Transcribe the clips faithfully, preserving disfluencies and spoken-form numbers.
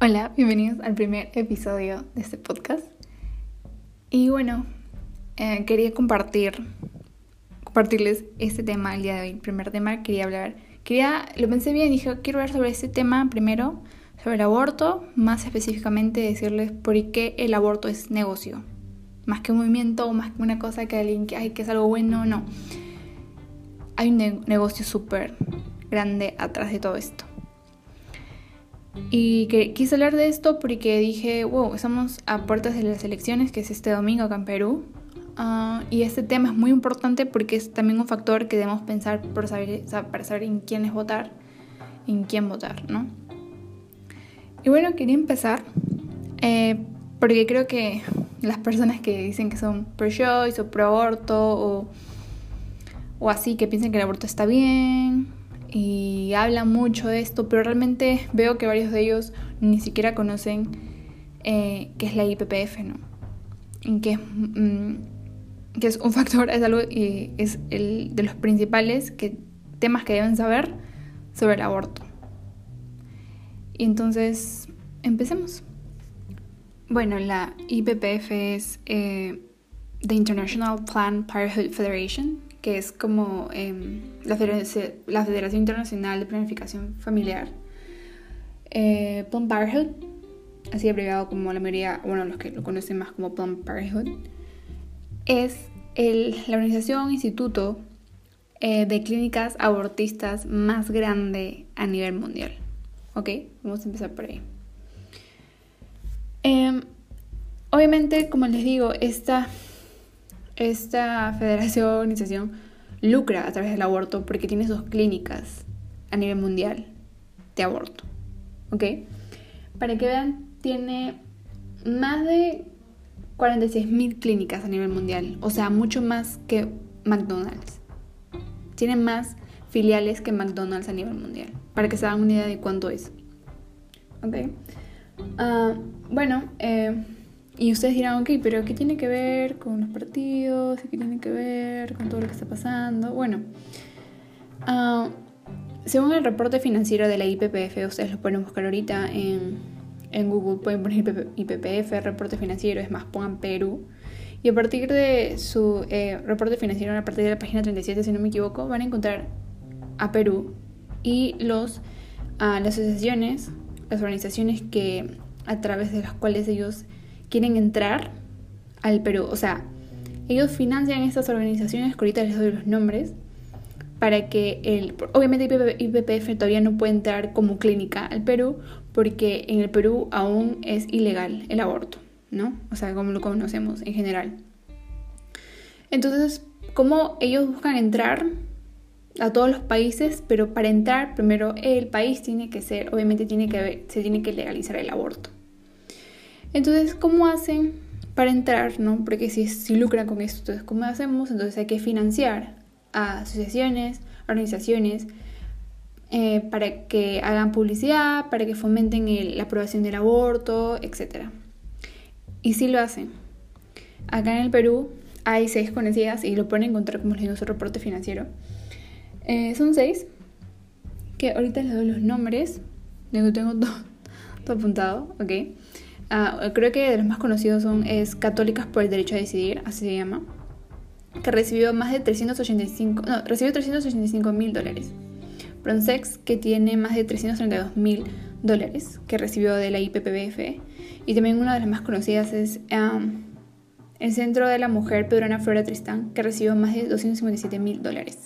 Hola, bienvenidos al primer episodio de este podcast. Y bueno, eh, quería compartir, compartirles este tema el día de hoy. El primer tema que quería hablar. Quería, lo pensé bien, dije, quiero hablar sobre este tema primero, sobre el aborto, más específicamente decirles por qué el aborto es negocio. Más que un movimiento, más que una cosa que alguien que, ay, que es algo bueno, no. Hay un ne- negocio súper grande atrás de todo esto. Y que quise hablar de esto porque dije, wow, estamos a puertas de las elecciones, que es este domingo acá en Perú. Uh, y este tema es muy importante porque es también un factor que debemos pensar por saber, para saber en quiénes votar, en quién votar, ¿no? Y bueno, quería empezar eh, porque creo que las personas que dicen que son pro-choice o pro-aborto o, o así, que piensan que el aborto está bien y hablan mucho de esto, pero realmente veo que varios de ellos ni siquiera conocen eh, qué es la I P P F, ¿no? Y que es, mm, que es un factor, es algo y es el de los principales que, temas que deben saber sobre el aborto. Y entonces, empecemos. Bueno, la I P P F es eh, The International Planned Parenthood Federation, que es como eh, la, Federación, la Federación Internacional de Planificación Familiar. Eh, Planned Parenthood, así abreviado como la mayoría, bueno, los que lo conocen más como Planned Parenthood, es el, la organización, instituto eh, de clínicas abortistas más grande a nivel mundial. Ok, vamos a empezar por ahí. Eh, obviamente, como les digo, esta... Esta federación, organización, lucra a través del aborto porque tiene sus clínicas a nivel mundial de aborto, ¿ok? Para que vean, tiene más de cuarenta y seis mil clínicas a nivel mundial, o sea, mucho más que McDonald's. Tiene más filiales que McDonald's a nivel mundial, para que se hagan una idea de cuánto es, ¿ok? Uh, bueno, eh... Y ustedes dirán, ok, pero ¿qué tiene que ver con los partidos? ¿Qué tiene que ver con todo lo que está pasando? Bueno, uh, según el reporte financiero de la I P P F, ustedes lo pueden buscar ahorita en, en Google, pueden poner I P P F, reporte financiero, es más, pongan Perú. Y a partir de su eh, reporte financiero, a partir de la página treinta y siete, si no me equivoco, van a encontrar a Perú y los, uh, las asociaciones, las organizaciones que a través de las cuales ellos quieren entrar al Perú. O sea, ellos financian estas organizaciones, que ahorita les doy los nombres, para que el... Obviamente I P P F todavía no puede entrar como clínica al Perú, porque en el Perú aún es ilegal el aborto, ¿no? O sea, como lo conocemos en general. Entonces, ¿cómo ellos buscan entrar a todos los países? Pero para entrar, primero el país tiene que ser, obviamente tiene que haber, se tiene que legalizar el aborto. Entonces, ¿cómo hacen para entrar, no? Porque si, si lucran con esto, entonces, ¿cómo hacemos? Entonces hay que financiar a asociaciones, organizaciones, eh, para que hagan publicidad, para que fomenten el, la aprobación del aborto, etcétera. Y sí lo hacen. Acá en el Perú hay seis conocidas, y lo pueden encontrar, como les digo, en su reporte financiero. Eh, son seis, que ahorita les doy los nombres. Yo tengo todo, todo apuntado, ¿ok? Uh, creo que de los más conocidos son es Católicas por el Derecho a Decidir, así se llama, que recibió más de trescientos ochenta y cinco, no, recibió trescientos ochenta y cinco mil dólares. Pronsex, que tiene más de trescientos treinta y dos mil dólares, que recibió de la I P P F. Y también una de las más conocidas es um, el Centro de la Mujer Peruana Flora Tristán, que recibió más de doscientos cincuenta y siete mil dólares.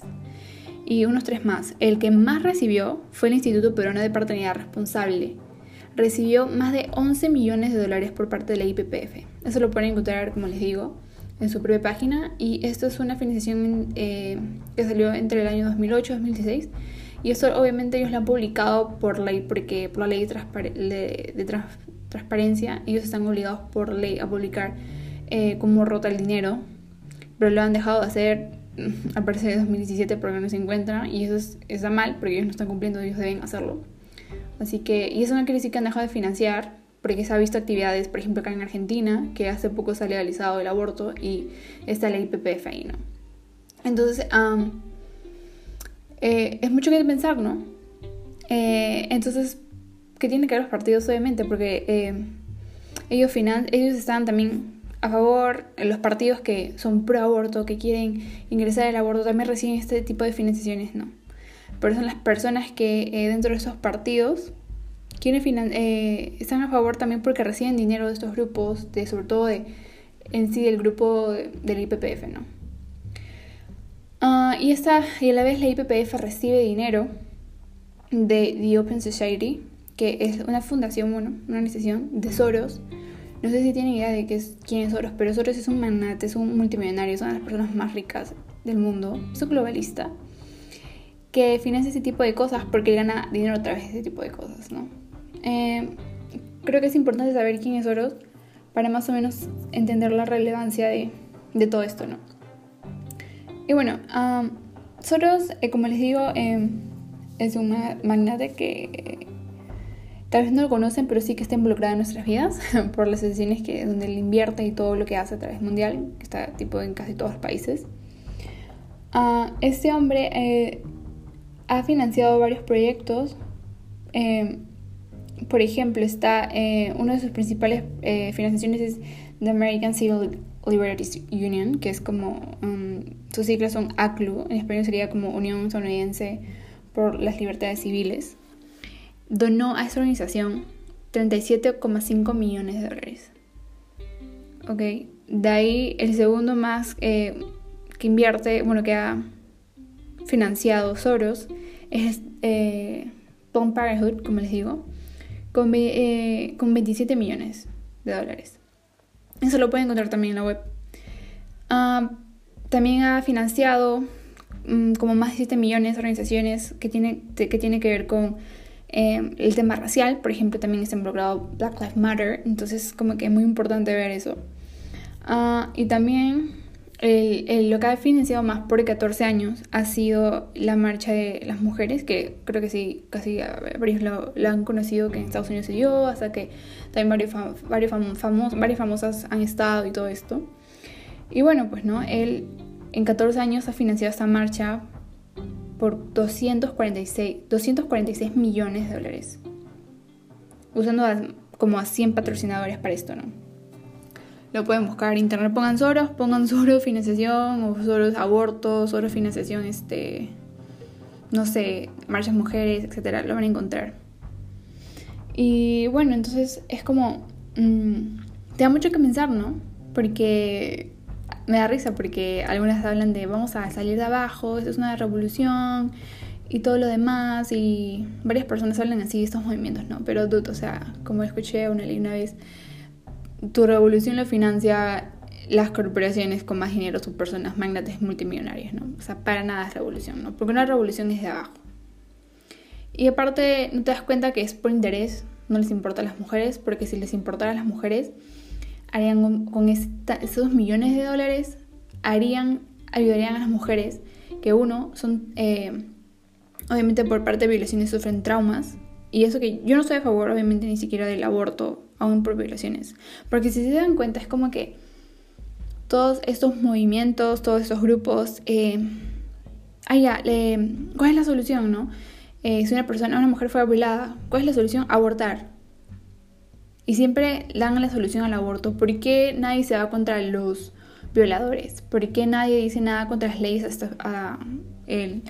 Y unos tres más. El que más recibió fue el Instituto Peruano de Paternidad Responsable. Recibió más de once millones de dólares por parte de la I P P F. Eso lo pueden encontrar, como les digo, en su propia página. Y esto es una financiación eh, que salió entre el año dos mil ocho y dos mil dieciséis. Y esto obviamente ellos lo han publicado por ley, porque por la ley de, transpar- de, de trans- transparencia. Ellos están obligados por ley a publicar eh, cómo rota el dinero. Pero lo han dejado de hacer, al parecer, en dos mil diecisiete porque no se encuentra. Y eso es, está mal, porque ellos no están cumpliendo, ellos deben hacerlo. Así que, y eso no quiere decir que han dejado de financiar, porque se ha visto actividades, por ejemplo, acá en Argentina, que hace poco se ha legalizado el aborto y está la I P P F ahí, ¿no? Entonces, um, eh, es mucho que pensar, ¿no? Eh, entonces, que tienen que ver los partidos, obviamente, porque eh, ellos, finan ellos están también a favor, los partidos que son pro aborto, que quieren ingresar al aborto, también reciben este tipo de financiaciones, ¿no? Pero son las personas que eh, dentro de esos partidos quieren eh, están a favor también porque reciben dinero de estos grupos, de, sobre todo de, en sí del grupo de, del I P P F, ¿no? Uh, y, esta, y a la vez la I P P F recibe dinero de The Open Society, que es una fundación, bueno, una organización de Soros. No sé si tienen idea de qué es, quién es Soros, pero Soros es un magnate, es un multimillonario, es una de las personas más ricas del mundo, es un globalista, que financia ese tipo de cosas porque gana dinero a través de ese tipo de cosas, ¿no? Eh, creo que es importante saber quién es Soros para más o menos entender la relevancia de, de todo esto, ¿no? Y bueno, um, Soros, eh, como les digo, eh, es un magnate que eh, tal vez no lo conocen, pero sí que está involucrado en nuestras vidas por las decisiones que, donde él invierte y todo lo que hace a través mundial, que está tipo en casi todos los países. Uh, este hombre eh, ha financiado varios proyectos. Eh, por ejemplo, está eh, uno de sus principales eh, financiaciones es The American Civil Liberties Union, que es como um, sus siglas son A C L U, en español sería como Unión Estadounidense por las Libertades Civiles. Donó a esta organización treinta y siete coma cinco millones de dólares. Ok, de ahí el segundo más eh, que invierte, bueno, que ha financiado Soros es eh, Planned Parenthood, como les digo, con, eh, con veintisiete millones de dólares. Eso lo pueden encontrar también en la web. Uh, también ha financiado um, como más de siete millones de organizaciones que tienen que tiene que ver con eh, el tema racial. Por ejemplo, también está involucrado Black Lives Matter. Entonces, como que es muy importante ver eso. Uh, y también el, el, lo que ha financiado más por catorce años ha sido la marcha de las mujeres, que creo que sí, casi varios lo, lo han conocido, que en Estados Unidos se dio, hasta que también varios, fam, varios fam, famos, varias famosas han estado y todo esto. Y bueno, pues no, él en catorce años ha financiado esta marcha por doscientos cuarenta y seis millones de dólares, usando a, como a cien patrocinadores para esto, ¿no? Lo pueden buscar en internet, pongan Soros, pongan Soros financiación o Soros aborto, Soros financiación, este, no sé, marchas mujeres, etcétera, lo van a encontrar. Y bueno, entonces es como, mmm, te da mucho que pensar, ¿no? Porque me da risa porque algunas hablan de vamos a salir de abajo, esto es una revolución y todo lo demás, y varias personas hablan así de estos movimientos, ¿no? Pero dude, o sea, como escuché una ley una vez, tu revolución lo financia las corporaciones con más dinero, sus personas magnates multimillonarios, ¿no? O sea, para nada es revolución, ¿no? Porque una revolución es de abajo. Y aparte, no te das cuenta que es por interés, no les importa a las mujeres, porque si les importara a las mujeres, harían con, con esta, esos millones de dólares, harían, ayudarían a las mujeres que uno, son, eh, obviamente por parte de violaciones sufren traumas, y eso que yo no estoy a favor, obviamente, ni siquiera del aborto, aún por violaciones. Porque si se dan cuenta, es como que todos estos movimientos, todos estos grupos, eh, ah, ya, eh, ¿cuál es la solución, no? Eh, si una persona, una mujer fue violada, ¿cuál es la solución? Abortar. Y siempre dan la solución al aborto. ¿Por qué nadie se va contra los violadores? ¿Por qué nadie dice nada contra las leyes hasta a, el,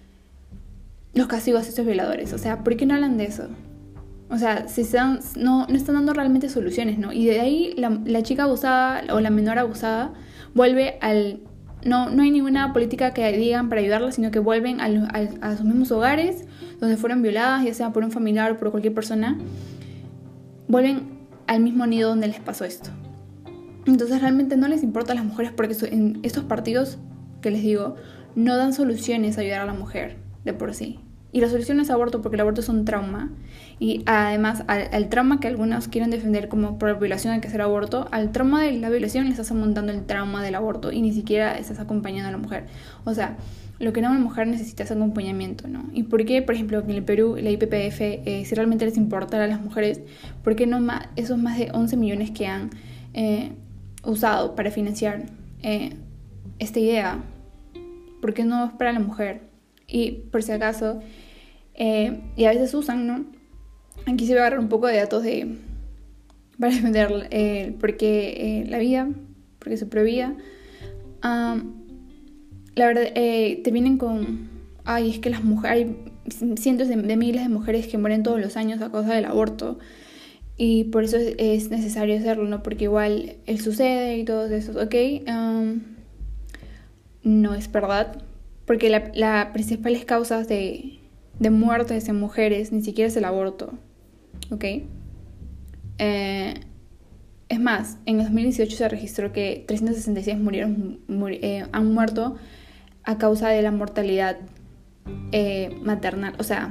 los castigos a estos violadores? O sea, ¿por qué no hablan de eso? O sea, si están, no, no están dando realmente soluciones, ¿no? Y de ahí la, la chica abusada o la menor abusada vuelve al... No, no hay ninguna política que digan para ayudarla, sino que vuelven a, a, a sus mismos hogares donde fueron violadas, ya sea por un familiar o por cualquier persona. Vuelven al mismo nido donde les pasó esto. Entonces realmente no les importa a las mujeres, porque en estos partidos que les digo no dan soluciones a ayudar a la mujer de por sí. Y la solución es aborto, porque el aborto es un trauma. Y además al, al trauma que algunos quieren defender como por violación hay que hacer aborto, al trauma de la violación le estás montando el trauma del aborto y ni siquiera estás acompañando a la mujer. O sea, lo que no una mujer necesita es acompañamiento, ¿no? ¿Y por qué, por ejemplo, en el Perú, la I P P F, eh, si realmente les importa a las mujeres, por qué no más, esos más de once millones que han eh, usado para financiar eh, esta idea, por qué no es para la mujer? Y por si acaso, eh, y a veces usan, ¿no? aquí se va a agarrar un poco de datos de para defender eh, porque eh, la vida, porque se prohibía. Um, la verdad, eh, te vienen con, ay, es que las mujeres, hay cientos de, de miles de mujeres que mueren todos los años a causa del aborto. Y por eso es, es necesario hacerlo, ¿no? Porque igual él sucede y todo eso, ¿ok? Um, no es verdad. Porque la, la principales causas de, de muertes en mujeres ni siquiera es el aborto, ¿ok? Eh, es más, en dos mil dieciocho se registró que trescientos sesenta y seis murieron, muri, eh, han muerto a causa de la mortalidad eh, maternal. O sea,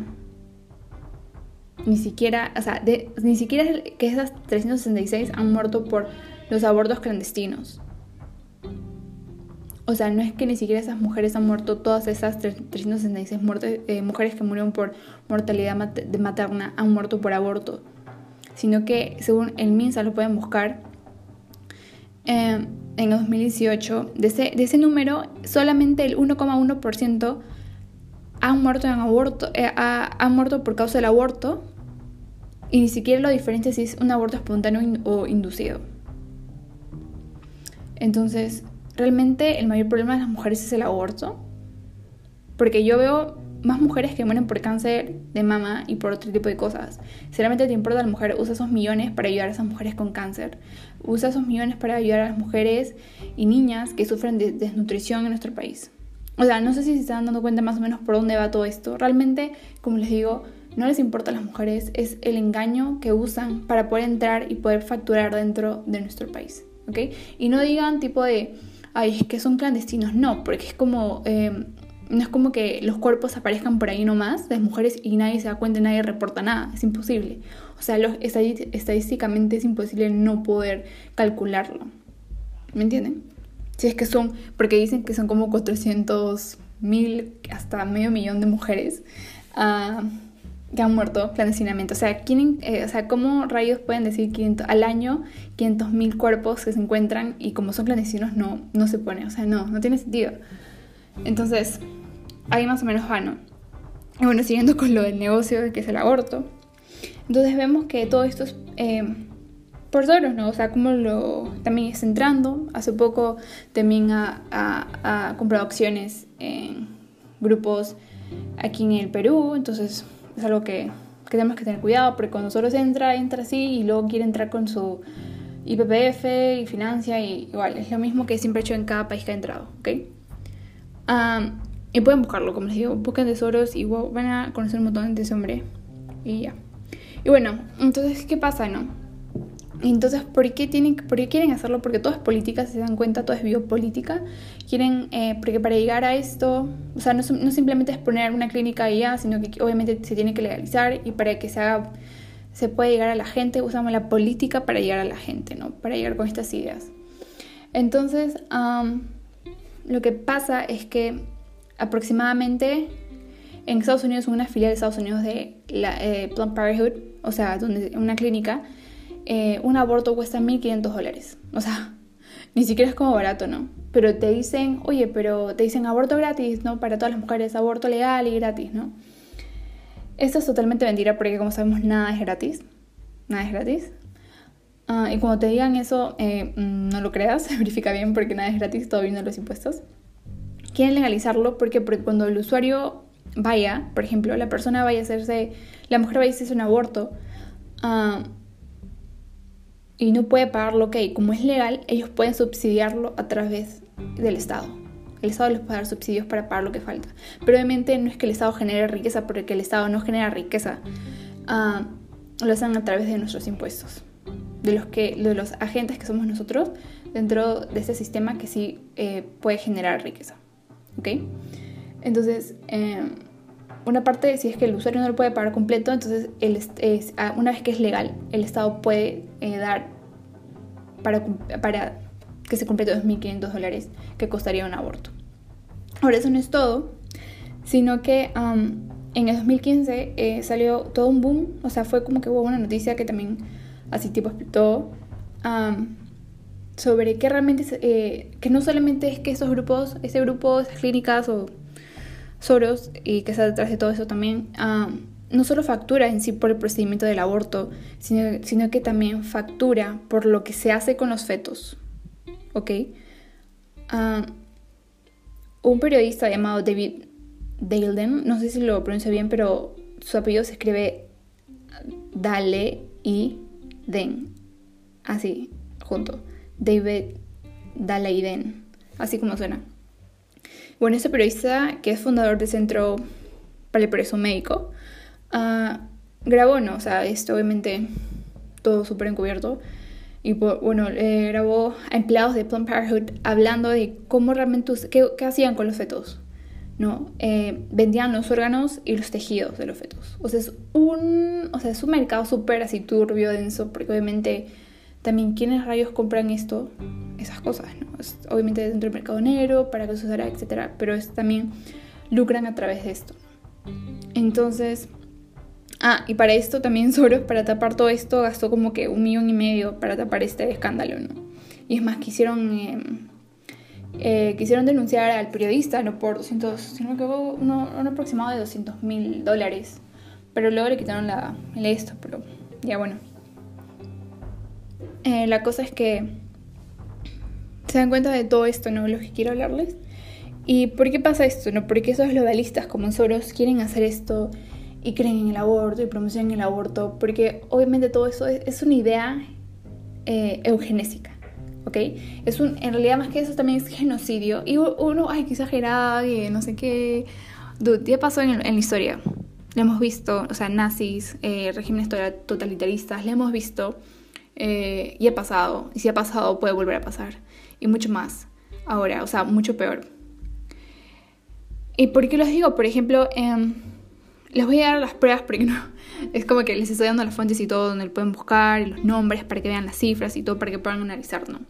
ni siquiera, o sea, de, ni siquiera es que esas trescientos sesenta y seis han muerto por los abortos clandestinos. O sea, no es que ni siquiera esas mujeres han muerto, todas esas trescientos sesenta y seis muertes, eh, mujeres que murieron por mortalidad mat- materna han muerto por aborto, sino que según el MINSA lo pueden buscar, eh, en dos mil dieciocho, de ese, de ese número, solamente el uno coma uno por ciento han muerto, en aborto, eh, ha, han muerto por causa del aborto, y ni siquiera lo diferencia si es un aborto espontáneo in, o inducido. Entonces, realmente el mayor problema de las mujeres es el aborto, porque yo veo más mujeres que mueren por cáncer de mama y por otro tipo de cosas. Si realmente te importa la mujer, usa esos millones para ayudar a esas mujeres con cáncer. Usa esos millones para ayudar a las mujeres y niñas que sufren de desnutrición en nuestro país. O sea, no sé si se están dando cuenta más o menos por dónde va todo esto. Realmente, como les digo, no les importa a las mujeres, es el engaño que usan para poder entrar y poder facturar dentro de nuestro país, ¿ok? Y no digan tipo de, ay, es que son clandestinos. No, porque es como... Eh, no es como que los cuerpos aparezcan por ahí nomás, las mujeres, y nadie se da cuenta, nadie reporta nada. Es imposible. O sea, los, estadísticamente es imposible no poder calcularlo. ¿Me entienden? Si es que son, porque dicen que son como cuatrocientos mil, hasta medio millón de mujeres uh, que han muerto clandestinamente. O sea, ¿quién, eh, o sea, ¿cómo rayos pueden decir quinientos, al año quinientos mil cuerpos que se encuentran y como son clandestinos no, no se pone? O sea, no, no tiene sentido. Entonces, ahí más o menos va, ¿no? Y bueno, siguiendo con lo del negocio, que es el aborto. Entonces vemos que todo esto es eh, por solos, ¿no? O sea, como lo también está entrando. Hace poco también ha, ha, ha comprado acciones en grupos aquí en el Perú. Entonces es algo que, que tenemos que tener cuidado, porque cuando Soros entra, entra así y luego quiere entrar con su I P P F y financia, y igual, es lo mismo que siempre he hecho en cada país que ha entrado, ¿ok? Um, y pueden buscarlo, como les digo, busquen de Soros y wow, van a conocer un montón de ese hombre. Y ya. Y bueno, entonces, ¿qué pasa, no? Entonces, ¿por qué, tienen, ¿por qué quieren hacerlo? Porque todo es política, si se dan cuenta, todo es biopolítica. Quieren, eh, porque para llegar a esto, o sea, no, no simplemente es poner una clínica y ya, sino que obviamente se tiene que legalizar, y para que se haga, se pueda llegar a la gente, usamos la política para llegar a la gente, ¿no? Para llegar con estas ideas. Entonces, um, lo que pasa es que aproximadamente en Estados Unidos, una filial de Estados Unidos de la, eh, Planned Parenthood, o sea, donde una clínica, eh, un aborto cuesta mil quinientos dólares. O sea, ni siquiera es como barato, ¿no? Pero te dicen, oye, pero te dicen aborto gratis, ¿no? Para todas las mujeres, aborto legal y gratis, ¿no? Esto es totalmente mentira, porque como sabemos, nada es gratis. Nada es gratis. Uh, y cuando te digan eso, eh, no lo creas, verifica bien, porque nada es gratis, todo viene de los impuestos. Quieren legalizarlo porque, porque cuando el usuario vaya, por ejemplo, la persona vaya a hacerse, la mujer vaya a hacerse un aborto uh, y no puede pagarlo, ok, como es legal, ellos pueden subsidiarlo a través del Estado. El Estado les puede dar subsidios para pagar lo que falta. Pero obviamente no es que el Estado genere riqueza, porque el Estado no genera riqueza. Uh, lo hacen a través de nuestros impuestos. De los, que, de los agentes que somos nosotros dentro de este sistema que sí eh, puede generar riqueza, ¿ok? Entonces, eh, una parte, si es que el usuario no lo puede pagar completo, entonces el, es, una vez que es legal, el Estado puede eh, dar para, para que se complete dos mil quinientos dólares que costaría un aborto. Ahora, eso no es todo, sino que um, en el dos mil quince eh, salió todo un boom, o sea, fue como que hubo una noticia que también así tipo explotó, um, sobre que realmente, eh, que no solamente es que esos grupos, ese grupo, esas clínicas o Soros, y que está detrás de todo eso también, um, no solo factura en sí por el procedimiento del aborto, sino, sino que también factura por lo que se hace con los fetos. ¿Ok? Uh, un periodista llamado David Daleiden, no sé si lo pronuncio bien, pero su apellido se escribe Dale y Den, así, junto. David Daleiden, así como suena. Bueno, este periodista, que es fundador del Centro para el Progreso Médico, uh, grabó, ¿no? O sea, esto obviamente todo súper encubierto. Y bueno, eh, grabó a empleados de Planned Parenthood hablando de cómo realmente, qué, qué hacían con los fetos, ¿no? Eh, vendían los órganos y los tejidos de los fetos. O sea, es un, o sea, es un mercado súper así turbio, denso, porque obviamente también quiénes rayos compran esto, esas cosas, ¿no? Es, obviamente dentro del mercado negro, para que se usara, etcétera. Pero es, también lucran a través de esto. Entonces... Ah, y para esto también Soros, para tapar todo esto, gastó como que un millón y medio para tapar este escándalo, ¿no? Y es más, quisieron, eh, eh, quisieron denunciar al periodista, ¿no? Por doscientos, si no me equivoco, uno, un aproximado de doscientos mil dólares. Pero luego le quitaron la, el esto, pero ya bueno. Eh, la cosa es que se dan cuenta de todo esto, ¿no? Lo que quiero hablarles. ¿Y por qué pasa esto, no? Porque esos globalistas como Soros quieren hacer esto y creen en el aborto y promocionan el aborto, porque obviamente todo eso es, es una idea eh, eugenésica, ¿ok? Es un, en realidad más que eso también es genocidio, y uno, ay, qué exagerada, que no sé qué, dude, ya pasó en, el, en la historia, lo hemos visto, o sea, nazis, eh, regímenes totalitaristas, lo hemos visto, eh, y ha pasado, y si ha pasado puede volver a pasar, y mucho más ahora, o sea, mucho peor. ¿Y por qué los digo? Por ejemplo, eh, les voy a dar las pruebas porque no, es como que les estoy dando las fuentes y todo donde pueden buscar, y los nombres para que vean las cifras y todo para que puedan analizar, ¿no?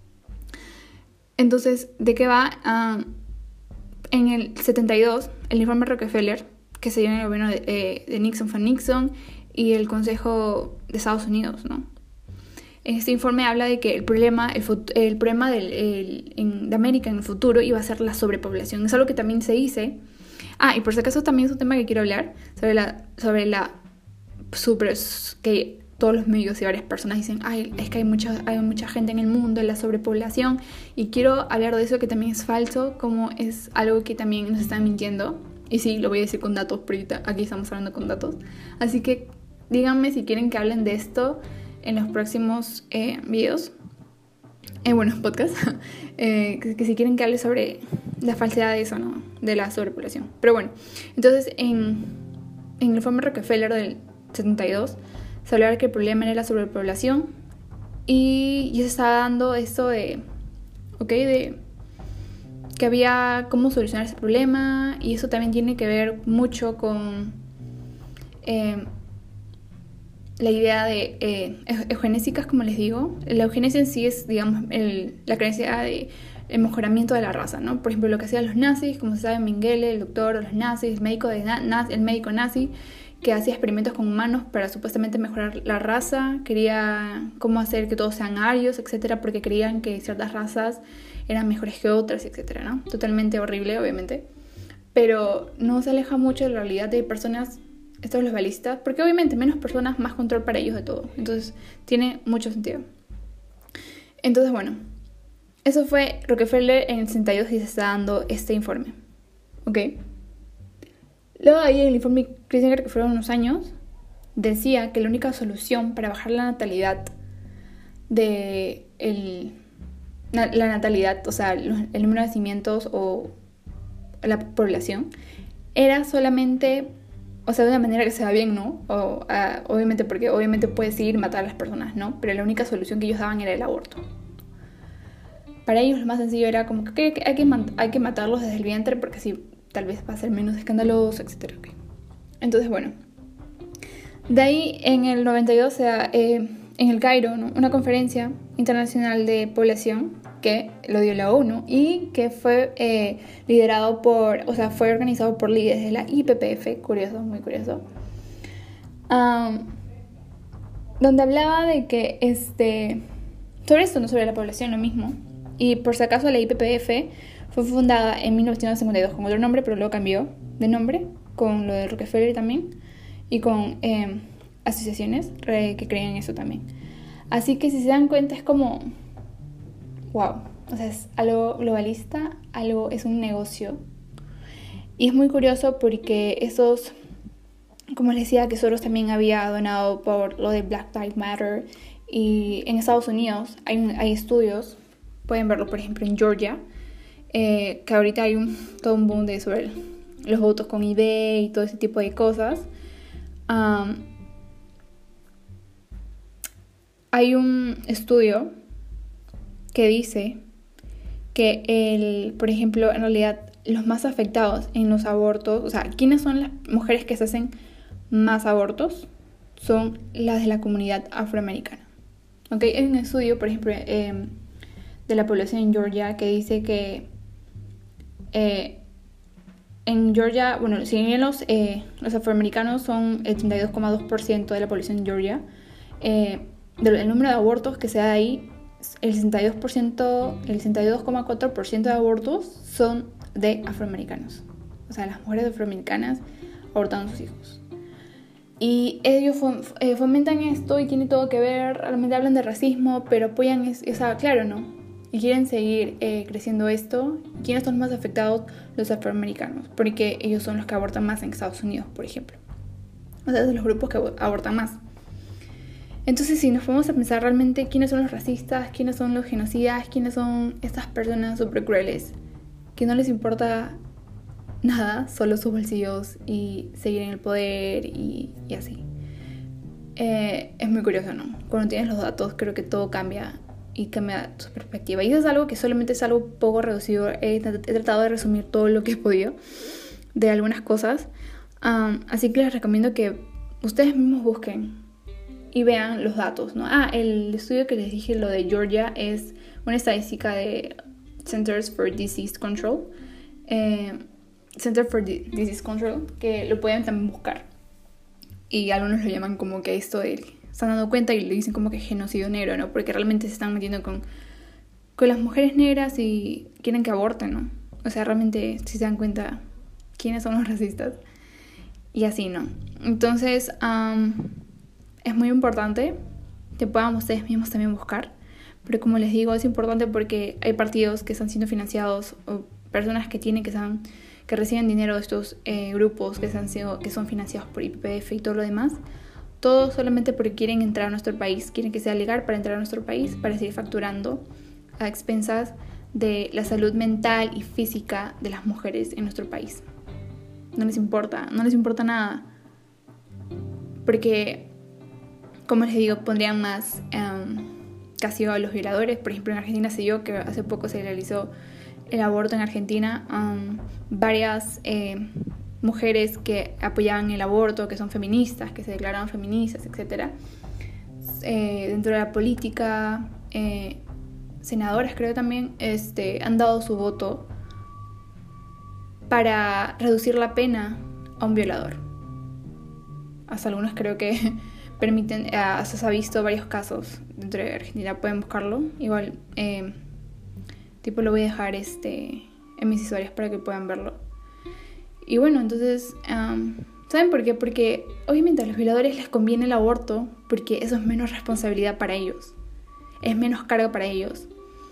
Entonces, ¿de qué va? Uh, en el setenta y dos, el informe Rockefeller, que se dio en el gobierno de, eh, de Nixon fue Nixon y el Consejo de Estados Unidos, ¿no? En este informe habla de que el problema, el, el problema del, el, en, de América en el futuro iba a ser la sobrepoblación. Es algo que también se dice. Ah, y por si acaso también es un tema que quiero hablar sobre la, sobre la super, que todos los medios y varias personas dicen, ay, es que hay mucha, hay mucha gente en el mundo, en la sobrepoblación, y quiero hablar de eso que también es falso, como es algo que también nos están mintiendo, y sí, lo voy a decir con datos, porque aquí estamos hablando con datos, así que díganme si quieren que hablen de esto en los próximos eh, videos, eh, bueno, podcast, eh, que, que si quieren que hable sobre la falsedad de eso, ¿no? De la sobrepoblación. Pero bueno, entonces en, en el informe Rockefeller del setenta y dos se hablaba que el problema era la sobrepoblación y ya se estaba dando esto de, ok, de que había cómo solucionar ese problema, y eso también tiene que ver mucho con eh, la idea de eh, eugenésicas, como les digo. La eugenesia en sí es, digamos, el, la creencia de el mejoramiento de la raza, ¿no? Por ejemplo, lo que hacían los nazis, como se sabe, Mengele, el doctor, o los nazis, el médico, de na- el médico nazi, que hacía experimentos con humanos para supuestamente mejorar la raza, quería cómo hacer que todos sean arios, etcétera, porque creían que ciertas razas eran mejores que otras, etcétera, ¿no? Totalmente horrible, obviamente, pero no se aleja mucho de la realidad de personas, estos globalistas, porque obviamente menos personas, más control para ellos de todo, entonces tiene mucho sentido. Entonces, bueno, eso fue Rockefeller en el sesenta y dos y se está dando este informe, ¿ok? Luego ahí en el informe Kissinger, que fueron unos años, decía que la única solución para bajar la natalidad de el, la natalidad, o sea, el número de nacimientos o la población, era solamente, o sea, de una manera que sea bien, ¿no? O, uh, obviamente, porque obviamente puedes ir y matar a las personas, ¿no? Pero la única solución que ellos daban era el aborto. Para ellos lo más sencillo era como que hay que, hay que matarlos desde el vientre porque así tal vez va a ser menos escandaloso, etcétera. Okay. Entonces, bueno. De ahí, en el noventa y dos, o sea, eh, en el Cairo, ¿no? Una conferencia internacional de población que lo dio la ONU y que fue eh, liderado por, o sea, fue organizado por líderes de la I P P F, curioso, muy curioso, um, donde hablaba de que, este, sobre esto, no sobre la población, lo mismo. Y por si acaso la I P P F fue fundada en mil novecientos cincuenta y dos con otro nombre, pero luego cambió de nombre, con lo de Rockefeller también. y con eh, asociaciones que crean eso también. Así que si se dan cuenta es como, wow, o sea, es algo globalista, algo, es un negocio. Y es muy curioso porque esos, como les decía, que Soros también había donado por lo de Black Lives Matter. Y en Estados Unidos hay, hay estudios, pueden verlo por ejemplo en Georgia, eh, que ahorita hay un, todo un boom de sobre los votos con I D y todo ese tipo de cosas. Um, hay un estudio que dice que, el, por ejemplo, en realidad los más afectados en los abortos, o sea, ¿quiénes son las mujeres que se hacen más abortos? Son las de la comunidad afroamericana. Okay, hay un estudio, por ejemplo, eh, de la población en Georgia que dice que eh, en Georgia, bueno, si bien los, eh, los afroamericanos son el treinta y dos coma dos por ciento de la población en Georgia, eh, del número de abortos que se da ahí, el sesenta y dos por ciento, el sesenta y dos coma cuatro por ciento de abortos son de afroamericanos. O sea, las mujeres afroamericanas abortan a sus hijos. Y ellos fomentan esto y tiene todo que ver, realmente hablan de racismo, pero apoyan, es, o sea, claro, ¿no? Y quieren seguir eh, creciendo esto. ¿Quiénes son más afectados? Los afroamericanos, porque ellos son los que abortan más en Estados Unidos, por ejemplo. O sea, son los grupos que abortan más. Entonces, si nos ponemos a pensar realmente quiénes son los racistas, quiénes son los genocidas, quiénes son estas personas súper crueles, que no les importa nada, solo sus bolsillos y seguir en el poder y, y así. Eh, es muy curioso, ¿no? Cuando tienes los datos creo que todo cambia y cambia tu perspectiva. Y eso es algo que solamente es algo poco reducido. He, he tratado de resumir todo lo que he podido de algunas cosas. Um, así que les recomiendo que ustedes mismos busquen y vean los datos, ¿no? Ah, el estudio que les dije, lo de Georgia, es una estadística de Centers for Disease Control. Eh, Center for Disease Control, que lo pueden también buscar. Y algunos lo llaman como que esto de, se están dando cuenta y le dicen como que genocidio negro, ¿no? Porque realmente se están metiendo con, con las mujeres negras y quieren que aborten, ¿no? O sea, realmente si se dan cuenta quiénes son los racistas. Y así, ¿no? Entonces, um, es muy importante que puedan ustedes mismos también buscar. Pero como les digo, es importante porque hay partidos que están siendo financiados o personas que tienen que están que reciben dinero de estos eh, grupos que, se han sido, que son financiados por I P F y todo lo demás, todo solamente porque quieren entrar a nuestro país, quieren que sea legal para entrar a nuestro país, para seguir facturando a expensas de la salud mental y física de las mujeres en nuestro país. No les importa, no les importa nada, porque, como les digo, pondrían más um, castigo a los violadores. Por ejemplo, en Argentina se dio que hace poco se realizó el aborto en Argentina. Um, varias eh, mujeres que apoyaban el aborto, que son feministas, que se declaraban feministas, etcétera. Eh, dentro de la política, eh, senadoras creo también, este, han dado su voto para reducir la pena a un violador. Hasta algunos creo que permiten, uh, se ha visto varios casos dentro de Argentina, pueden buscarlo. Igual, eh, tipo lo voy a dejar este, en mis historias para que puedan verlo. Y bueno, entonces, um, ¿saben por qué? Porque obviamente a los violadores les conviene el aborto porque eso es menos responsabilidad para ellos. Es menos carga para ellos.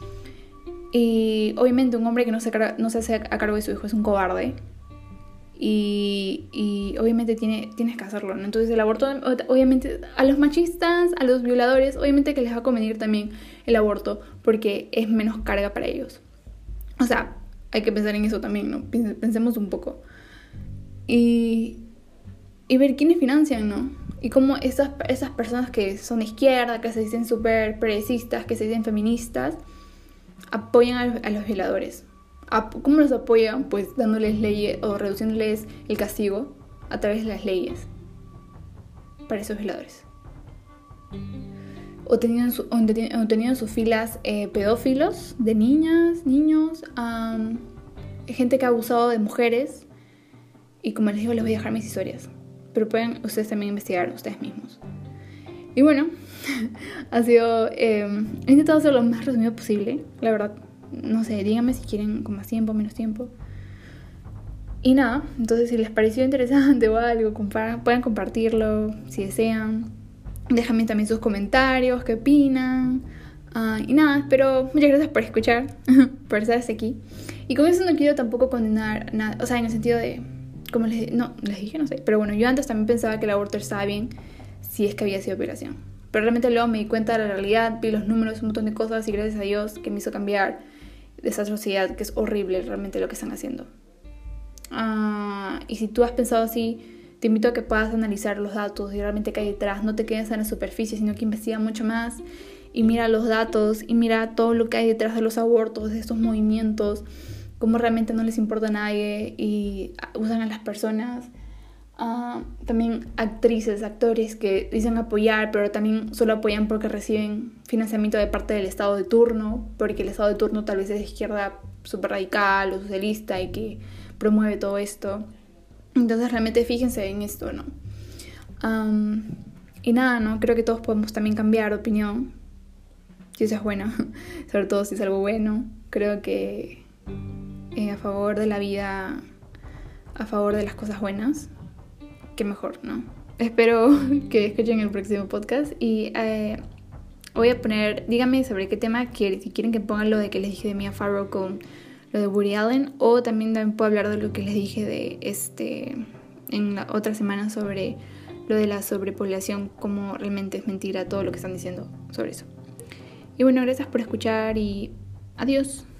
Y obviamente un hombre que no se, carga, no se hace a cargo de su hijo es un cobarde. Y, y obviamente tiene, tienes que hacerlo, ¿no? Entonces el aborto, obviamente, a los machistas, a los violadores, obviamente que les va a convenir también el aborto porque es menos carga para ellos. O sea, hay que pensar en eso también, ¿no? Pensemos un poco. Y, y ver quiénes financian, ¿no? Y cómo esas, esas personas que son de izquierda, que se dicen súper progresistas, que se dicen feministas, apoyan a, a los violadores. ¿Cómo los apoyan? Pues dándoles leyes o reduciéndoles el castigo a través de las leyes para esos violadores. O teniendo en, su, o teniendo en sus filas eh, pedófilos de niñas, niños, um, gente que ha abusado de mujeres. Y como les digo, les voy a dejar mis historias. Pero pueden ustedes también investigar ustedes mismos. Y bueno, ha sido... Eh, he intentado hacer lo más resumido posible, la verdad. No sé, díganme si quieren con más tiempo, menos tiempo. Y nada, entonces si les pareció interesante o algo, compa- pueden compartirlo si desean. Déjame también sus comentarios, qué opinan. Uh, y nada, espero, muchas gracias por escuchar, por estar hasta aquí. Y con eso no quiero tampoco condenar nada, o sea, en el sentido de, como les, no, les dije, no sé, pero bueno, yo antes también pensaba que el aborto estaba bien si es que había sido violación. Pero realmente luego me di cuenta de la realidad, vi los números, un montón de cosas y gracias a Dios que me hizo cambiar de esa sociedad que es horrible realmente lo que están haciendo. Uh, y si tú has pensado así, te invito a que puedas analizar los datos y realmente qué hay detrás. No te quedes en la superficie, sino que investiga mucho más y mira los datos y mira todo lo que hay detrás de los abortos, de estos movimientos, cómo realmente no les importa a nadie y usan a las personas. Uh, también actrices, actores que dicen apoyar, pero también solo apoyan porque reciben financiamiento de parte del Estado de turno, porque el Estado de turno tal vez es de izquierda súper radical o socialista y que promueve todo esto. Entonces realmente fíjense en esto, ¿no? Um, y nada, ¿no? Creo que todos podemos también cambiar de opinión, si eso es bueno, sobre todo si es algo bueno. Creo que eh, a favor de la vida, a favor de las cosas buenas, qué mejor, ¿no? Espero que escuchen el próximo podcast y eh, voy a poner, díganme sobre qué tema quieren, si quieren que pongan lo de que les dije de Mia Farrow con lo de Woody Allen, o también, también puedo hablar de lo que les dije de este en la otra semana sobre lo de la sobrepoblación, cómo realmente es mentira todo lo que están diciendo sobre eso. Y bueno, gracias por escuchar y adiós.